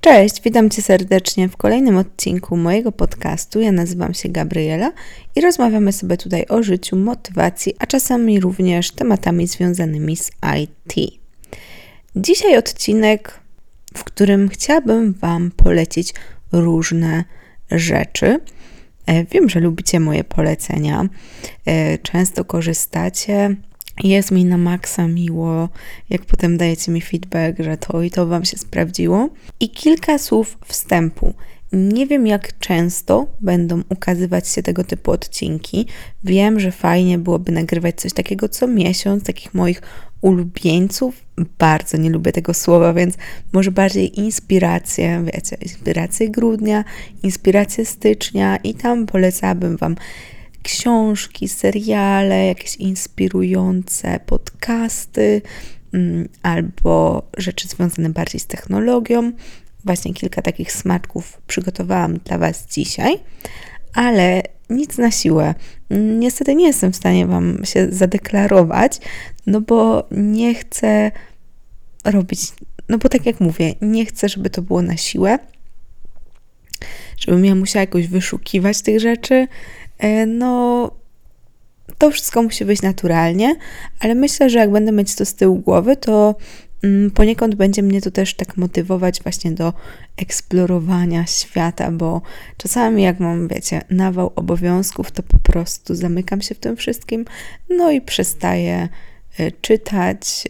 Cześć, witam Cię serdecznie w kolejnym odcinku mojego podcastu. Ja nazywam się Gabriela i rozmawiamy sobie tutaj o życiu, motywacji, a czasami również tematami związanymi z IT. Dzisiaj odcinek, w którym chciałabym Wam polecić różne rzeczy. Wiem, że lubicie moje polecenia, często korzystacie. Jest mi na maksa miło, jak potem dajecie mi feedback, że to i to Wam się sprawdziło. I kilka słów wstępu. Nie wiem, jak często będą ukazywać się tego typu odcinki. Wiem, że fajnie byłoby nagrywać coś takiego co miesiąc, takich moich ulubieńców. Bardzo nie lubię tego słowa, więc może bardziej inspiracje, wiecie, inspiracje grudnia, inspiracje stycznia i tam polecałabym Wam książki, seriale, jakieś inspirujące podcasty albo rzeczy związane bardziej z technologią. Właśnie kilka takich smaczków przygotowałam dla Was dzisiaj, ale nic na siłę. Niestety nie jestem w stanie Wam się zadeklarować, no bo nie chcę robić, no bo tak jak mówię, nie chcę, żeby to było na siłę, żebym ja musiała jakoś wyszukiwać tych rzeczy. No, to wszystko musi być naturalnie, ale myślę, że jak będę mieć to z tyłu głowy, to poniekąd będzie mnie to też tak motywować właśnie do eksplorowania świata, bo czasami jak mam, wiecie, nawał obowiązków, to po prostu zamykam się w tym wszystkim, no i przestaję czytać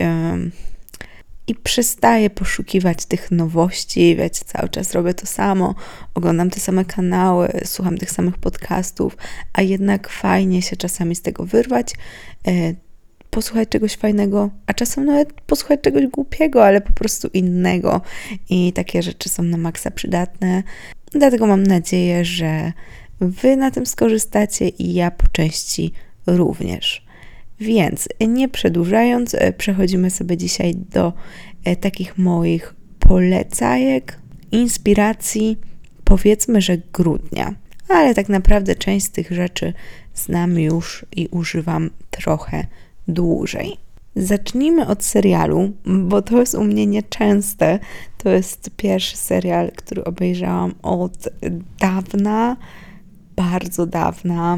i przestaję poszukiwać tych nowości, wiecie, cały czas robię to samo, oglądam te same kanały, słucham tych samych podcastów, a jednak fajnie się czasami z tego wyrwać, posłuchać czegoś fajnego, a czasem nawet posłuchać czegoś głupiego, ale po prostu innego i takie rzeczy są na maksa przydatne. Dlatego mam nadzieję, że Wy na tym skorzystacie i ja po części również. Więc nie przedłużając, przechodzimy sobie dzisiaj do takich moich polecajek, inspiracji, powiedzmy, że grudnia. Ale tak naprawdę część z tych rzeczy znam już i używam trochę dłużej. Zacznijmy od serialu, bo to jest u mnie nieczęste. To jest pierwszy serial, który obejrzałam od dawna, bardzo dawna.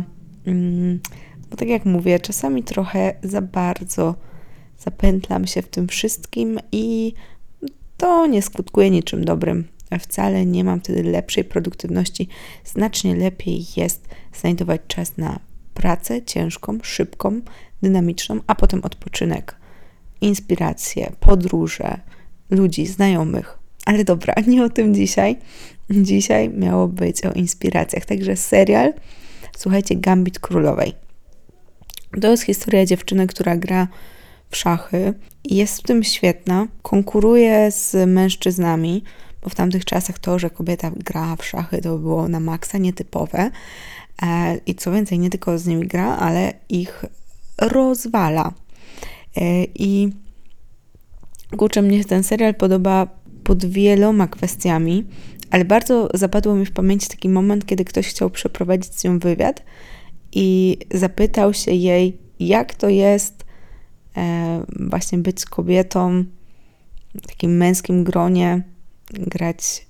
Bo tak jak mówię, czasami trochę za bardzo zapętlam się w tym wszystkim i to nie skutkuje niczym dobrym. Wcale nie mam wtedy lepszej produktywności. Znacznie lepiej jest znajdować czas na pracę ciężką, szybką, dynamiczną, a potem odpoczynek, inspiracje, podróże, ludzi, znajomych. Ale dobra, nie o tym dzisiaj. Dzisiaj miało być o inspiracjach. Także serial, słuchajcie, Gambit Królowej. To jest historia dziewczyny, która gra w szachy i jest w tym świetna. Konkuruje z mężczyznami, bo w tamtych czasach to, że kobieta gra w szachy, to było na maksa nietypowe. I co więcej, nie tylko z nimi gra, ale ich rozwala. I kurczę, mnie się ten serial podoba pod wieloma kwestiami, ale bardzo zapadło mi w pamięci taki moment, kiedy ktoś chciał przeprowadzić z nią wywiad i zapytał się jej, jak to jest właśnie być kobietą w takim męskim gronie, grać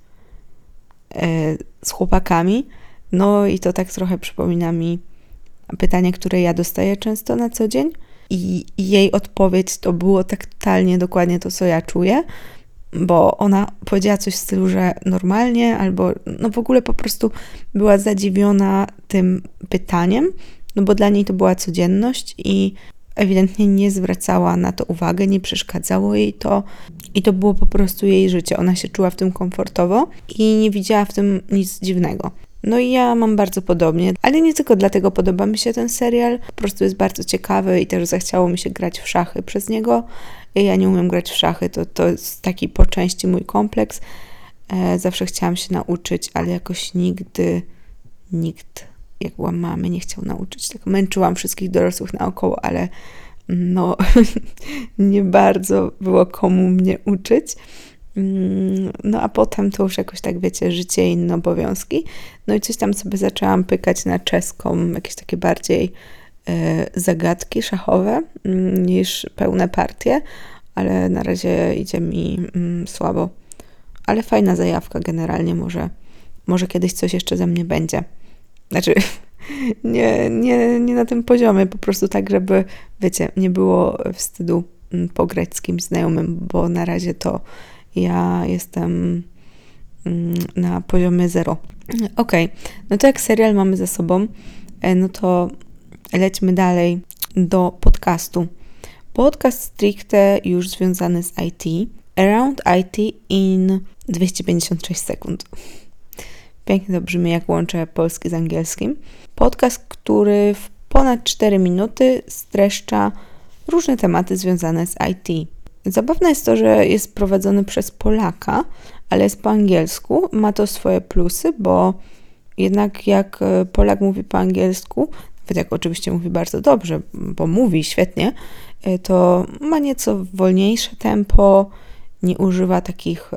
z chłopakami. No i to tak trochę przypomina mi pytanie, które ja dostaję często na co dzień i jej odpowiedź to było tak totalnie dokładnie to, co ja czuję, bo ona powiedziała coś w stylu, że normalnie albo no w ogóle po prostu była zadziwiona tym pytaniem, no bo dla niej to była codzienność i ewidentnie nie zwracała na to uwagi, nie przeszkadzało jej to i to było po prostu jej życie. Ona się czuła w tym komfortowo i nie widziała w tym nic dziwnego. No i ja mam bardzo podobnie, ale nie tylko dlatego podoba mi się ten serial, po prostu jest bardzo ciekawy i też zachciało mi się grać w szachy przez niego. Ja nie umiem grać w szachy, to jest taki po części mój kompleks. Zawsze chciałam się nauczyć, ale jakoś nikt, jak byłam mamy, nie chciał nauczyć. Tak męczyłam wszystkich dorosłych naokoło, ale no nie bardzo było komu mnie uczyć. No a potem to już jakoś tak, wiecie, życie i inne obowiązki. No i coś tam sobie zaczęłam pykać na czeską, jakieś takie bardziej zagadki szachowe niż pełne partie, ale na razie idzie mi słabo. ale fajna zajawka generalnie, może kiedyś coś jeszcze ze mnie będzie. Znaczy, nie na tym poziomie, po prostu tak, żeby, wiecie, nie było wstydu pograć z kimś znajomym, bo na razie to ja jestem na poziomie 0. Okej, no to jak serial mamy za sobą, no to lećmy dalej do podcastu. Podcast stricte już związany z IT. Around IT in 256 sekund. Pięknie to brzmi, jak łączę polski z angielskim. Podcast, który w ponad 4 minuty streszcza różne tematy związane z IT. Zabawne jest to, że jest prowadzony przez Polaka, ale jest po angielsku. Ma to swoje plusy, bo jednak jak Polak mówi po angielsku, nawet jak oczywiście mówi bardzo dobrze, bo mówi świetnie, to ma nieco wolniejsze tempo, nie używa takich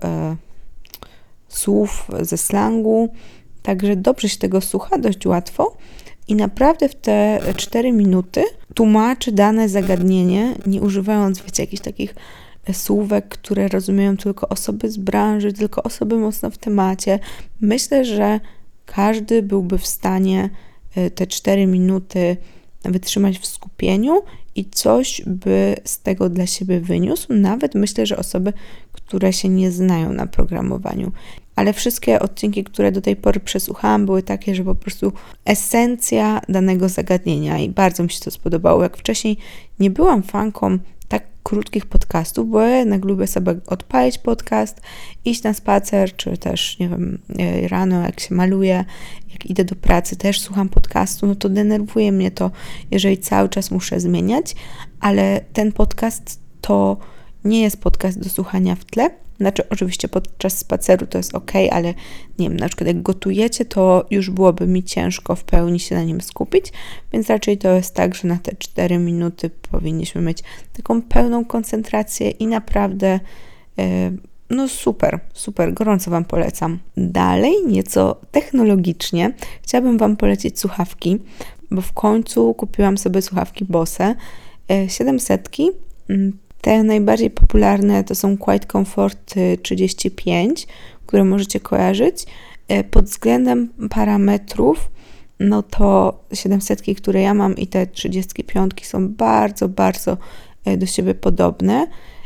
słów ze slangu, także dobrze się tego słucha, dość łatwo i naprawdę w te 4 minuty tłumaczy dane zagadnienie, nie używając, wiecie, jakichś takich słówek, które rozumieją tylko osoby z branży, tylko osoby mocno w temacie. Myślę, że każdy byłby w stanie te 4 minuty wytrzymać w skupieniu i coś by z tego dla siebie wyniósł. Nawet myślę, że osoby, które się nie znają na programowaniu. Ale wszystkie odcinki, które do tej pory przesłuchałam, były takie, że po prostu esencja danego zagadnienia i bardzo mi się to spodobało. Jak wcześniej nie byłam fanką tak krótkich podcastów, bo ja jednak lubię sobie odpalić podcast, iść na spacer, czy też, nie wiem, rano jak się maluję, jak idę do pracy, też słucham podcastu, no to denerwuje mnie to, jeżeli cały czas muszę zmieniać, ale ten podcast to nie jest podcast do słuchania w tle. Znaczy, oczywiście podczas spaceru to jest ok, ale nie wiem, na przykład jak gotujecie, to już byłoby mi ciężko w pełni się na nim skupić, więc raczej to jest tak, że na te 4 minuty powinniśmy mieć taką pełną koncentrację i naprawdę no super, gorąco Wam polecam. Dalej, nieco technologicznie, chciałabym Wam polecić słuchawki, bo w końcu kupiłam sobie słuchawki Bose 700. Te najbardziej popularne to są Quiet Comfort 35, które możecie kojarzyć. Pod względem parametrów, no to 700, które ja mam i te 35 są bardzo, bardzo do siebie podobne.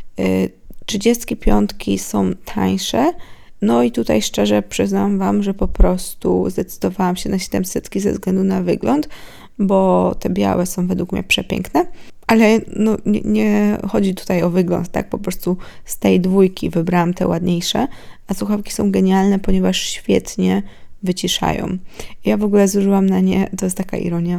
35 są tańsze, no i tutaj szczerze przyznam Wam, że po prostu zdecydowałam się na 700 ze względu na wygląd, bo te białe są według mnie przepiękne. Ale no, nie chodzi tutaj o wygląd, tak? Po prostu z tej dwójki wybrałam te ładniejsze, a słuchawki są genialne, ponieważ świetnie wyciszają. Ja w ogóle zużyłam na nie, to jest taka ironia,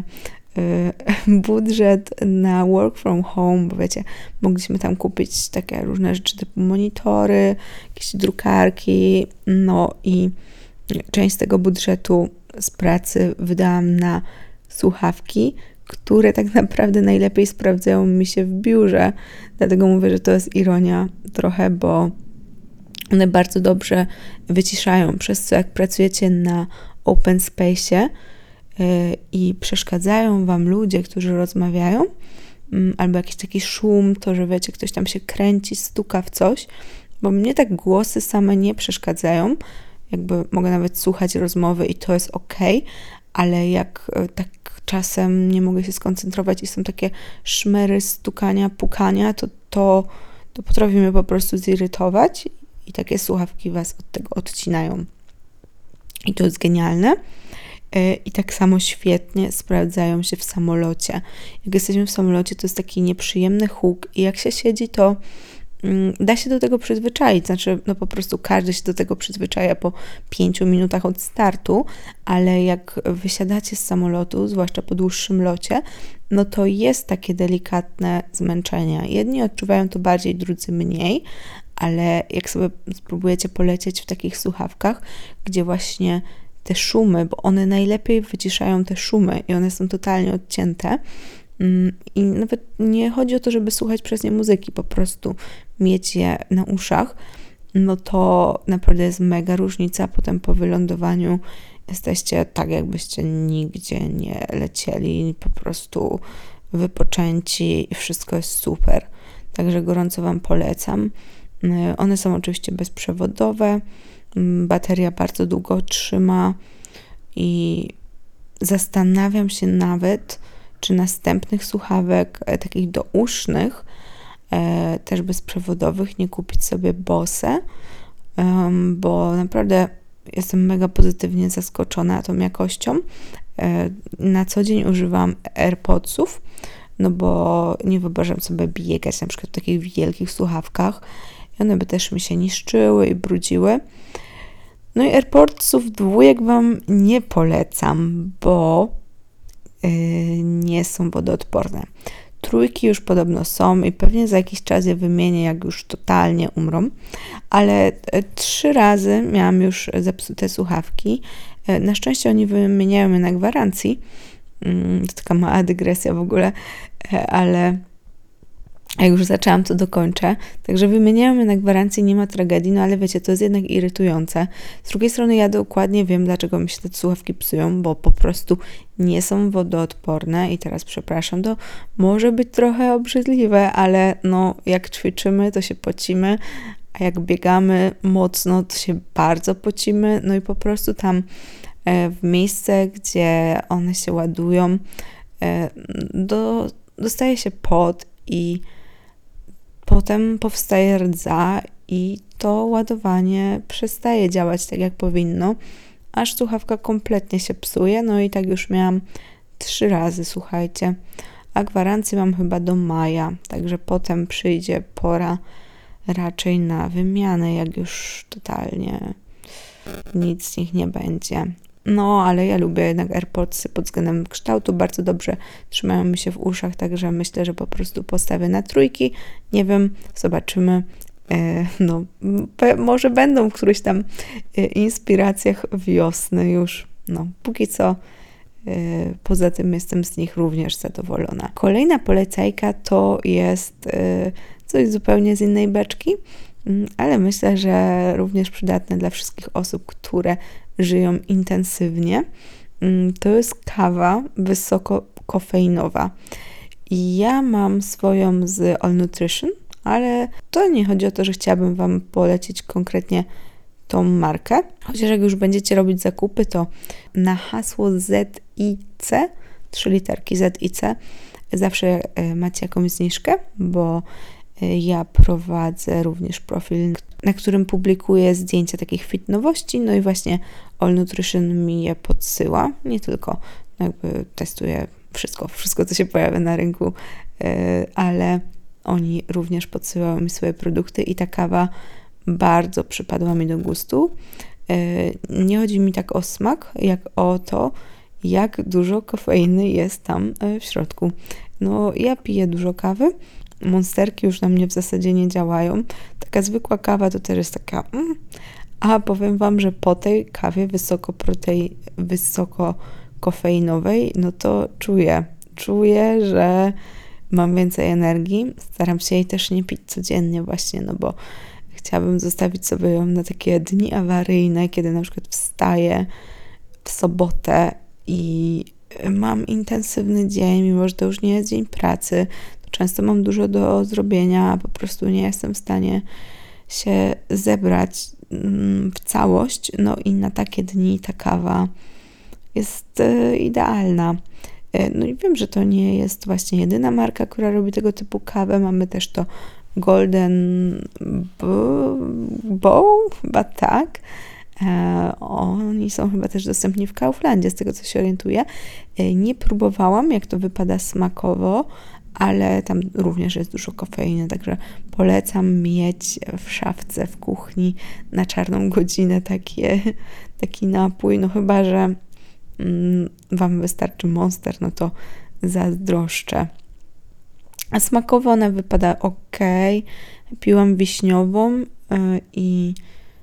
budżet na work from home, bo wiecie, mogliśmy tam kupić takie różne rzeczy typu monitory, jakieś drukarki, no i część z tego budżetu z pracy wydałam na słuchawki, które tak naprawdę najlepiej sprawdzają mi się w biurze. Dlatego mówię, że to jest ironia trochę, bo one bardzo dobrze wyciszają, przez co jak pracujecie na open space'ie i przeszkadzają Wam ludzie, którzy rozmawiają, albo jakiś taki szum, to, że wiecie, ktoś tam się kręci, stuka w coś, bo mnie tak głosy same nie przeszkadzają, jakby mogę nawet słuchać rozmowy i to jest okej, ale jak tak czasem nie mogę się skoncentrować i są takie szmery, stukania, pukania, to potrafi mnie po prostu zirytować i takie słuchawki Was od tego odcinają. I to jest genialne. I tak samo świetnie sprawdzają się w samolocie. Jak jesteśmy w samolocie, to jest taki nieprzyjemny huk i jak się siedzi, to da się do tego przyzwyczaić, znaczy no po prostu każdy się do tego przyzwyczaja po 5 minutach od startu, ale jak wysiadacie z samolotu, zwłaszcza po dłuższym locie, no to jest takie delikatne zmęczenie. Jedni odczuwają to bardziej, drudzy mniej, ale jak sobie spróbujecie polecieć w takich słuchawkach, gdzie właśnie te szumy, bo one najlepiej wyciszają te szumy i one są totalnie odcięte, i nawet nie chodzi o to, żeby słuchać przez nie muzyki, po prostu mieć je na uszach, no to naprawdę jest mega różnica. Potem po wylądowaniu jesteście tak, jakbyście nigdzie nie lecieli, po prostu wypoczęci i wszystko jest super. Także gorąco Wam polecam. One są oczywiście bezprzewodowe, bateria bardzo długo trzyma i zastanawiam się nawet, czy następnych słuchawek takich dousznych, też bezprzewodowych, nie kupić sobie Bose, bo naprawdę jestem mega pozytywnie zaskoczona tą jakością. Na co dzień używam AirPodsów, no bo nie wyobrażam sobie biegać na przykład w takich wielkich słuchawkach i one by też mi się niszczyły i brudziły. No i AirPodsów 2 Wam nie polecam, bo nie są wodoodporne. 3 już podobno są i pewnie za jakiś czas je wymienię, jak już totalnie umrą, ale 3 razy miałam już zepsute słuchawki. Na szczęście oni wymieniają je na gwarancji. To taka mała dygresja w ogóle, ale jak już zaczęłam, to dokończę. Także wymieniają je na gwarancji, nie ma tragedii, no ale wiecie, to jest jednak irytujące. Z drugiej strony ja dokładnie wiem, dlaczego mi się te słuchawki psują, bo po prostu nie są wodoodporne i teraz przepraszam, to może być trochę obrzydliwe, ale no jak ćwiczymy, to się pocimy, a jak biegamy mocno, to się bardzo pocimy, no i po prostu tam w miejsce, gdzie one się ładują, dostaje się pot i potem powstaje rdza i to ładowanie przestaje działać tak, jak powinno, aż słuchawka kompletnie się psuje. No i tak już miałam 3 razy, słuchajcie, a gwarancję mam chyba do maja, także potem przyjdzie pora raczej na wymianę, jak już totalnie nic z nich nie będzie. No, ale ja lubię jednak AirPodsy pod względem kształtu, bardzo dobrze trzymają mi się w uszach, także myślę, że po prostu postawię na 3. Nie wiem, zobaczymy. No, może będą w którychś tam inspiracjach wiosny już. No, póki co poza tym jestem z nich również zadowolona. Kolejna polecajka to jest coś zupełnie z innej beczki, ale myślę, że również przydatne dla wszystkich osób, które żyją intensywnie. To jest kawa wysokokofeinowa. I ja mam swoją z All Nutrition, ale to nie chodzi o to, że chciałabym Wam polecić konkretnie tą markę. Chociaż jak już będziecie robić zakupy, to na hasło ZIC, 3 literki ZIC, zawsze macie jakąś zniżkę, bo ja prowadzę również profil, na którym publikuję zdjęcia takich fit nowości, no i właśnie All Nutrition mi je podsyła, nie tylko, no jakby testuję wszystko co się pojawia na rynku, ale oni również podsyłają mi swoje produkty i ta kawa bardzo przypadła mi do gustu. Nie chodzi mi tak o smak, jak o to, jak dużo kofeiny jest tam w środku. No ja piję dużo kawy, monsterki już na mnie w zasadzie nie działają. Taka zwykła kawa to też jest taka a powiem Wam, że po tej kawie wysokokofeinowej, no to czuję, że mam więcej energii. Staram się jej też nie pić codziennie właśnie, no bo chciałabym zostawić sobie ją na takie dni awaryjne, kiedy na przykład wstaję w sobotę i mam intensywny dzień, mimo że to już nie jest dzień pracy, to często mam dużo do zrobienia, a po prostu nie jestem w stanie się zebrać w całość, no i na takie dni ta kawa jest idealna. No i wiem, że to nie jest właśnie jedyna marka, która robi tego typu kawę. Mamy też to Golden Bow, chyba tak. Oni są chyba też dostępni w Kauflandzie, z tego co się orientuję. Nie próbowałam, jak to wypada smakowo, ale tam również jest dużo kofeiny, także polecam mieć w szafce, w kuchni na czarną godzinę taki napój, no chyba, że Wam wystarczy Monster, no to zazdroszczę. A smakowo ona wypada ok. Piłam wiśniową i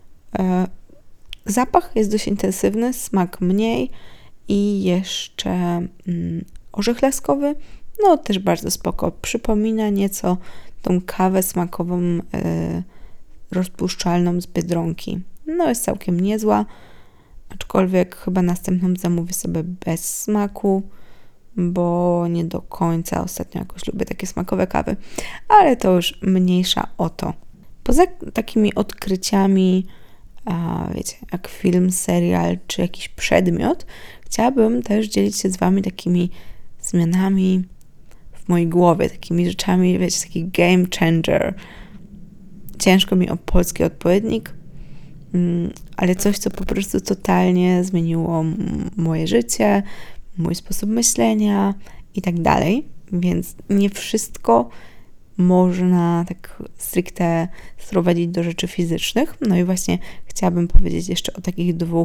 zapach jest dość intensywny, smak mniej i jeszcze orzech laskowy, no też bardzo spoko. Przypomina nieco tą kawę smakową rozpuszczalną z Biedronki. No jest całkiem niezła, aczkolwiek chyba następną zamówię sobie bez smaku, bo nie do końca ostatnio jakoś lubię takie smakowe kawy, ale to już mniejsza o to. Poza takimi odkryciami, wiecie, jak film, serial czy jakiś przedmiot, chciałabym też dzielić się z Wami takimi zmianami w mojej głowie, takimi rzeczami, wiecie, taki game changer. Ciężko mi o polski odpowiednik, ale coś, co po prostu totalnie zmieniło moje życie, mój sposób myślenia i tak dalej. Więc nie wszystko można tak stricte sprowadzić do rzeczy fizycznych. No i właśnie chciałabym powiedzieć jeszcze o takich 2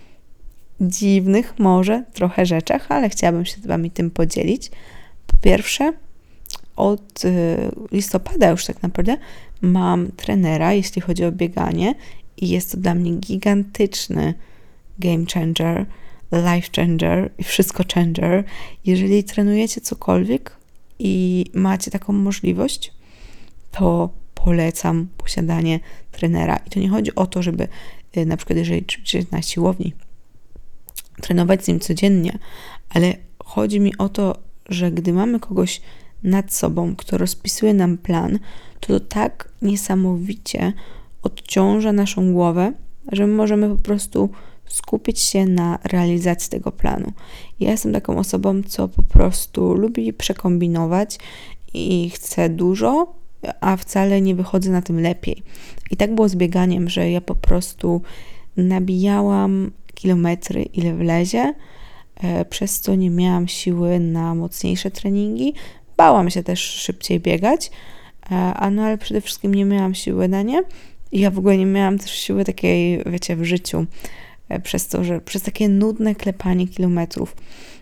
dziwnych może trochę rzeczach, ale chciałabym się z Wami tym podzielić. Po pierwsze, od listopada już tak naprawdę mam trenera, jeśli chodzi o bieganie i jest to dla mnie gigantyczny game changer, life changer i wszystko changer. Jeżeli trenujecie cokolwiek i macie taką możliwość, to polecam posiadanie trenera. I to nie chodzi o to, żeby na przykład jeżeli ćwiczycie na siłowni, trenować z nim codziennie, ale chodzi mi o to, że gdy mamy kogoś nad sobą, kto rozpisuje nam plan, to tak niesamowicie odciąża naszą głowę, że my możemy po prostu skupić się na realizacji tego planu. Ja jestem taką osobą, co po prostu lubi przekombinować i chce dużo, a wcale nie wychodzę na tym lepiej. I tak było z bieganiem, że ja po prostu nabijałam kilometry, ile wlezie, przez co nie miałam siły na mocniejsze treningi. Bałam się też szybciej biegać, ale przede wszystkim nie miałam siły na nie. I ja w ogóle nie miałam też siły takiej, wiecie, w życiu, przez to, że przez takie nudne klepanie kilometrów.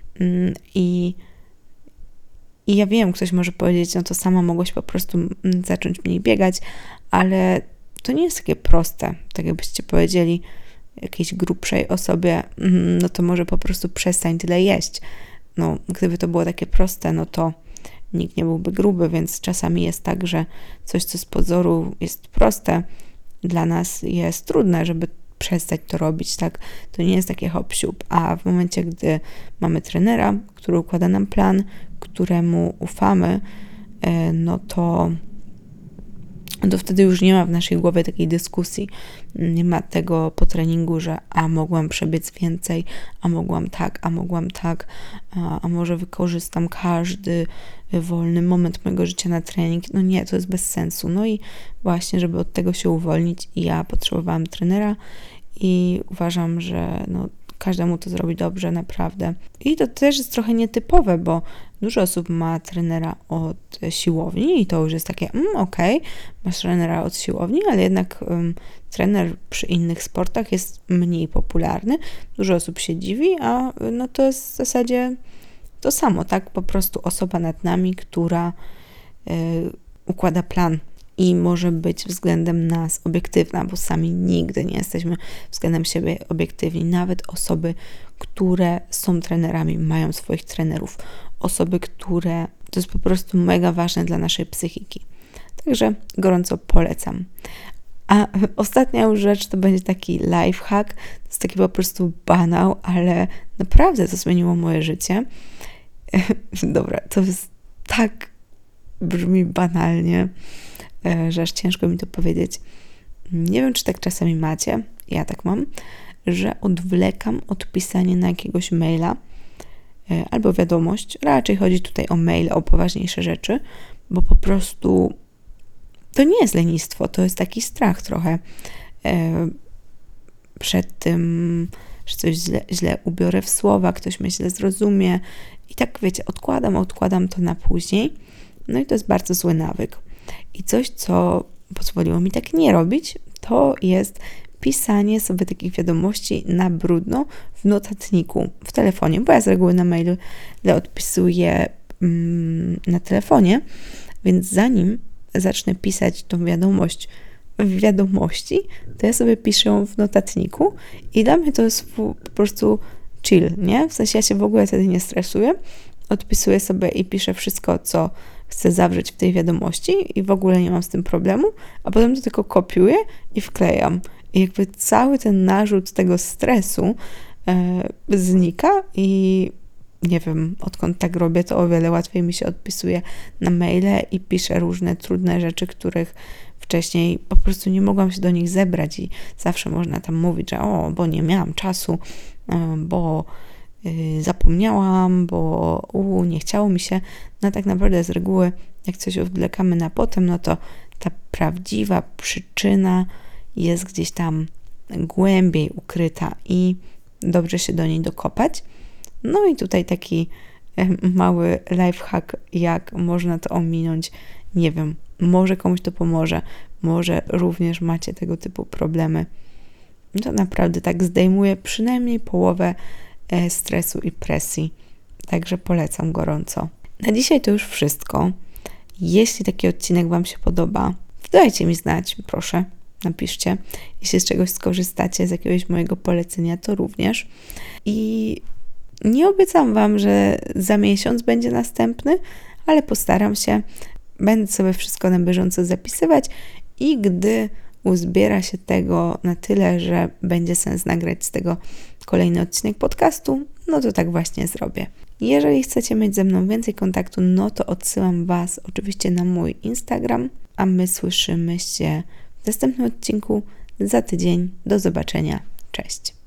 I ja wiem, ktoś może powiedzieć, no to sama mogłaś po prostu zacząć mniej biegać, ale to nie jest takie proste, tak jakbyście powiedzieli jakiejś grubszej osobie, no to może po prostu przestań tyle jeść. No, gdyby to było takie proste, no to nikt nie byłby gruby, więc czasami jest tak, że coś, co z pozoru jest proste, dla nas jest trudne, żeby przestać to robić, tak? To nie jest takie hop-siup, a w momencie, gdy mamy trenera, który układa nam plan, któremu ufamy, no to wtedy już nie ma w naszej głowie takiej dyskusji. Nie ma tego po treningu, że mogłam przebiec więcej, mogłam tak, a może wykorzystam każdy wolny moment mojego życia na trening. No nie, to jest bez sensu. No i właśnie, żeby od tego się uwolnić, ja potrzebowałam trenera i uważam, że każdemu to zrobi dobrze, naprawdę. I to też jest trochę nietypowe, bo dużo osób ma trenera od siłowni i to już jest takie, okej, masz trenera od siłowni, ale jednak trener przy innych sportach jest mniej popularny. Dużo osób się dziwi, a to jest w zasadzie to samo, tak? Po prostu osoba nad nami, która układa plan i może być względem nas obiektywna, bo sami nigdy nie jesteśmy względem siebie obiektywni. Nawet osoby, które są trenerami, mają swoich trenerów. Osoby, które to jest po prostu mega ważne dla naszej psychiki. Także gorąco polecam. A ostatnia już rzecz to będzie taki lifehack. To jest taki po prostu banał, ale naprawdę to zmieniło moje życie. Dobra, to jest tak brzmi banalnie, że aż ciężko mi to powiedzieć. Nie wiem, czy tak czasami macie, ja tak mam, że odwlekam odpisanie na jakiegoś maila albo wiadomość. Raczej chodzi tutaj o mail, o poważniejsze rzeczy, bo po prostu to nie jest lenistwo, to jest taki strach trochę przed tym, że coś źle ubiorę w słowa, ktoś mnie źle zrozumie i tak, wiecie, odkładam to na później. No i to jest bardzo zły nawyk. I coś, co pozwoliło mi tak nie robić, to jest pisanie sobie takich wiadomości na brudno w notatniku, w telefonie, bo ja z reguły na maile odpisuję na telefonie, więc zanim zacznę pisać tą wiadomość w wiadomości, to ja sobie piszę ją w notatniku i dla mnie to jest po prostu chill, nie? W sensie ja się w ogóle wtedy nie stresuję, odpisuję sobie i piszę wszystko, co chcę zawrzeć w tej wiadomości i w ogóle nie mam z tym problemu, a potem to tylko kopiuję i wklejam. I jakby cały ten narzut tego stresu znika i nie wiem, odkąd tak robię, to o wiele łatwiej mi się odpisuje na maile i piszę różne trudne rzeczy, których wcześniej po prostu nie mogłam się do nich zebrać i zawsze można tam mówić, że bo nie miałam czasu, bo zapomniałam, bo nie chciało mi się. No tak naprawdę z reguły, jak coś odwlekamy na potem, no to ta prawdziwa przyczyna jest gdzieś tam głębiej ukryta i dobrze się do niej dokopać. No i tutaj taki mały lifehack, jak można to ominąć. Nie wiem, może komuś to pomoże, może również macie tego typu problemy. To naprawdę tak zdejmuje przynajmniej połowę stresu i presji. Także polecam gorąco. Na dzisiaj to już wszystko. Jeśli taki odcinek Wam się podoba, dajcie mi znać, proszę, napiszcie. Jeśli z czegoś skorzystacie, z jakiegoś mojego polecenia, to również. I nie obiecam Wam, że za miesiąc będzie następny, ale postaram się. Będę sobie wszystko na bieżąco zapisywać i gdy uzbiera się tego na tyle, że będzie sens nagrać z tego kolejny odcinek podcastu, no to tak właśnie zrobię. Jeżeli chcecie mieć ze mną więcej kontaktu, no to odsyłam Was oczywiście na mój Instagram, a my słyszymy się w następnym odcinku za tydzień. Do zobaczenia. Cześć.